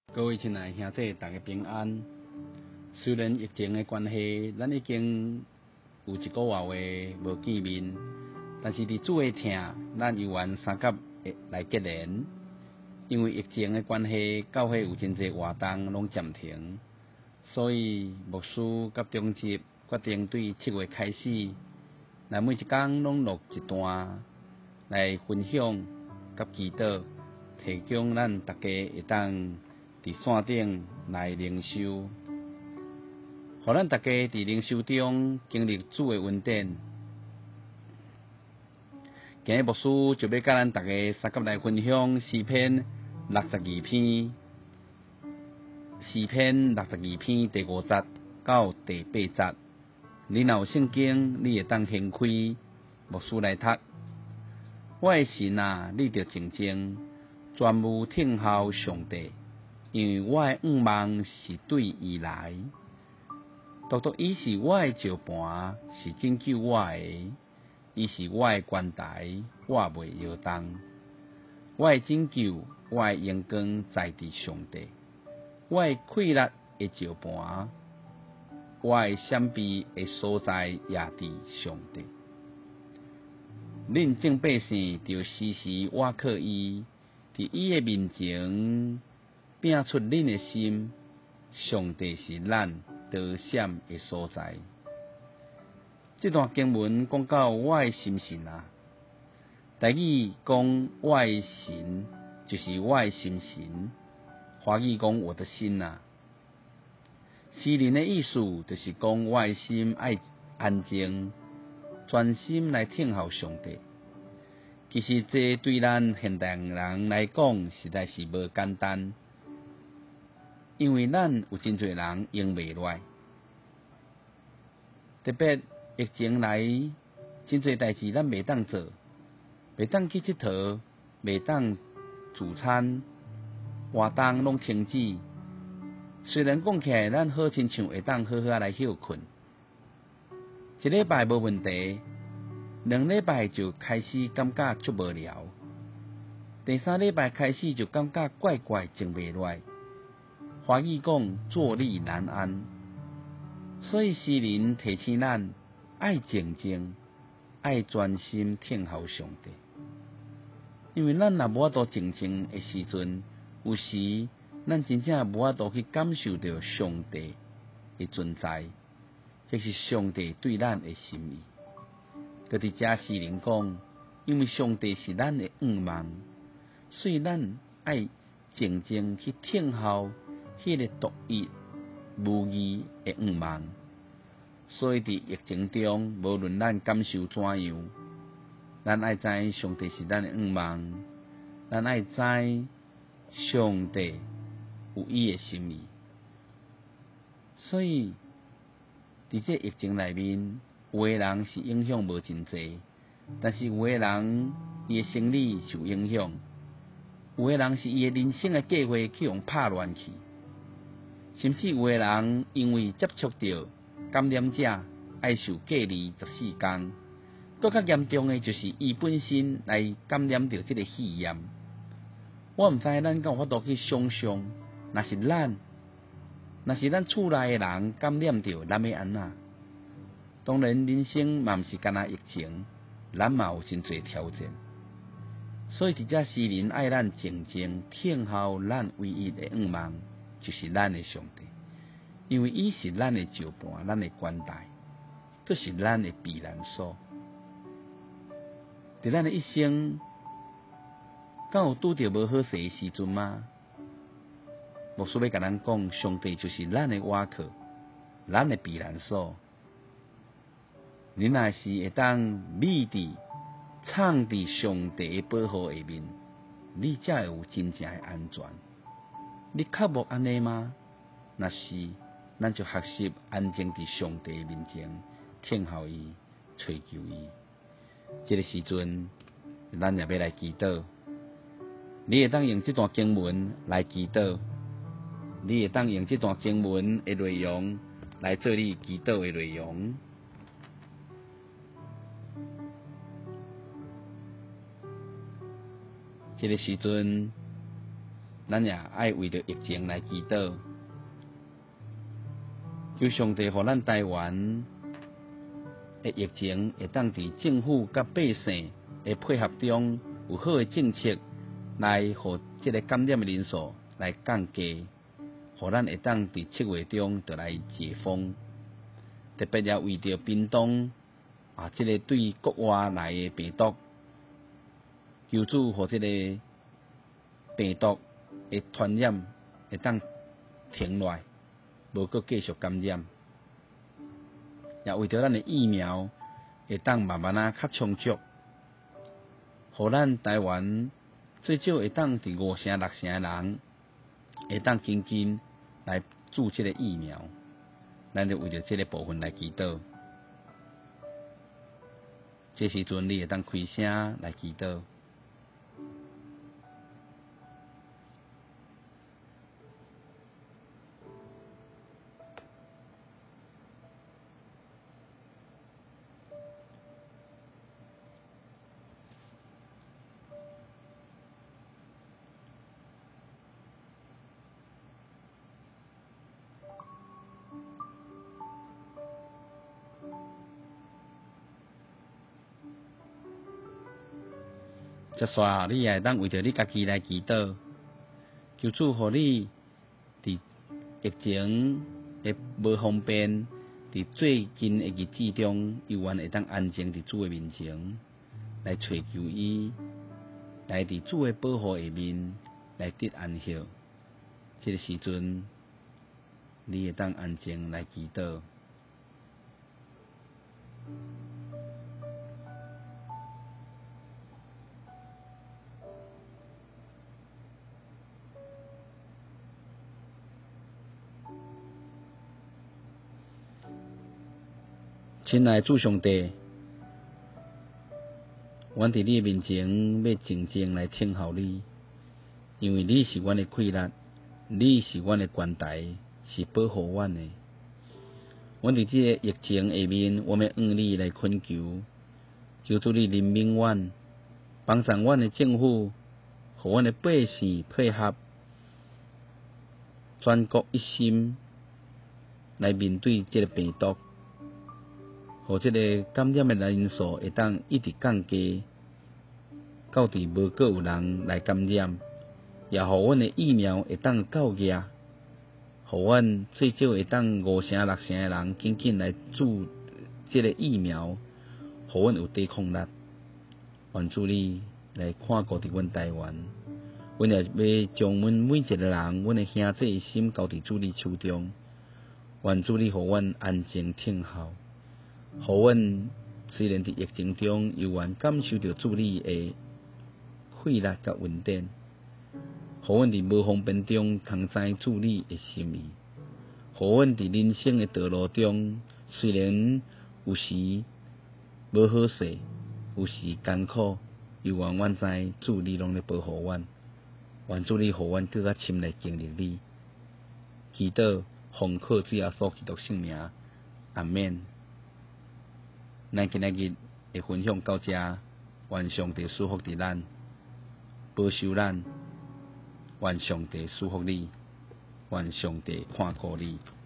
各位亲爱兄弟，大家平安。虽然疫情的关系，咱已经有1个月无见面，但是伫主的听，咱犹原三甲来结连。因为疫情的关系，教会有真侪活动拢暂停，所以牧师甲中职决定对7月开始，来每一天拢录一段来分享甲祈祷，提供咱大家会当伫线顶来灵修，互咱大家伫灵修中经历主的恩典。今日牧师就要甲咱大家三甲来分享诗篇62篇，诗篇62篇第5节到第8节。你若有圣经，你会当掀开，牧师来读。我的神啊，你着静静，专务听候上帝。因为我的仰望是对伊来，独独伊是我的石盘，是拯救我的，伊是我的关台，我袂摇动。我的拯救，我的阳光在伫上帝，我的快乐的石盘，我的闪避的所在也伫上帝。恁众百姓着时时倚靠伊，伫伊的面前摒出恁的心，上帝是咱得闪的所在。这段经文讲到我的心神啊，台语讲我的神，就是我的心神；华语讲我的心啊。诗人的意思就是讲我的心爱安静，专心来听候上帝。其实这对咱现代人来讲，实在是无简单。因为咱有真侪人用袂落来，特别疫情来，真侪代志咱袂当做，袂当去佚佗，袂当自餐，活动拢停止。虽然讲起来，咱好亲像会当好好来休困，1礼拜无问题，2礼拜就开始感觉足无聊，第3礼拜开始就感觉怪怪静袂落来。华语讲坐立难安，所以诗人提醒咱爱静静，爱专心听候上帝。因为咱若无法度静静的时阵，有时咱真正无法度去感受到上帝的存在，这是上帝对咱的心意。搁伫遮诗人讲，因为上帝是咱的仰望，所以咱爱静静去听候迄个独一无二的仰望。所以伫疫情中，无论咱感受怎样，咱爱知上帝是咱的仰望，咱爱知上帝有伊的心意。所以伫这疫情内面，有的人是影响无真济，但是有的人伊的生理受影响，有的人是伊的人生的计划去互拍乱去。甚至有的人因为接触到感染者，爱受隔离14天，更较严重的就是伊本身来感染到这个肺炎。我毋知咱敢有法度去想象，若是咱厝内的人感染到，咱要安怎？当然，人生嘛毋是干那疫情，咱嘛有真侪挑战。所以伫遮诗人爱咱静静听候咱唯一的仰望，就是咱的上帝，因为伊是咱的石盘，咱的关台，佫是咱的避难所。伫咱的一生，敢有拄着无好势的时阵吗？牧师要甲咱讲，上帝就是咱的倚靠，咱的避难所。你若是会当秘伫、藏伫上帝的保护下面，你才会有真正的安全。你确无安尼吗？若是，咱就学习安静伫上帝面前，听候伊，追求伊。这个时阵，咱也要来祈祷。你会当用这段经文来祈祷，你会当用这段经文的内容来做你祈祷的内容。这个时阵， 咱也爱为着疫情来祈祷，求上帝互咱台湾的疫情会当伫政府甲百姓的配合中有好的政策来互即个感染的人数来降低，互咱会当伫7月中就来解封。特别也为着屏东即个对国外来的病毒，求主互即个病毒的传染会当停落来，无搁继续感染。也为着咱的疫苗会当慢慢较充足，互咱台湾最少会当伫5成6成的人会当紧紧来注即个疫苗，咱就为着即个部分来祈祷。这时阵你会当开声来祈祷。接续你也会当为着你家己来祈祷，求主互你伫疫情的无方便，伫最近的日子中，犹原会当安静伫主的面前来寻求伊，来伫主的保护下面来得安息。这个时阵，你会当安静来祈祷。亲爱的主上帝，阮伫你面前要静静来听候你，因为你是阮的气力，你是阮的关台，是保护阮的。阮伫这个疫情下面，我们向你来恳求，求主你怜悯阮，帮助阮的政府，互阮的百姓配合，全国一心来面对这个病毒。互这个感染的人数会当一直降低，到底无搁有人来感染，也互阮的疫苗会当到额，互阮最少会当5成6成的人紧紧来注这个疫苗，互阮有抵抗力。愿主你来看顾伫阮台湾，阮也要将阮每一个人，阮的兄弟的心交伫主你手中。愿主你互阮安静听候。互阮虽然伫疫情中，犹原感受到主你的惠力甲稳定，互阮伫无方便中通知主你的心意，互阮伫人生的道路中，虽然有时无好势，有时艰苦，犹原阮知主你拢咧保护阮。愿主你互阮更较深来经历你。祈祷奉靠主耶稣基督圣名，阿免。咱今仔日的分享到这，愿上帝祝福伫咱，保守咱，愿上帝祝福你，愿上帝看顾你。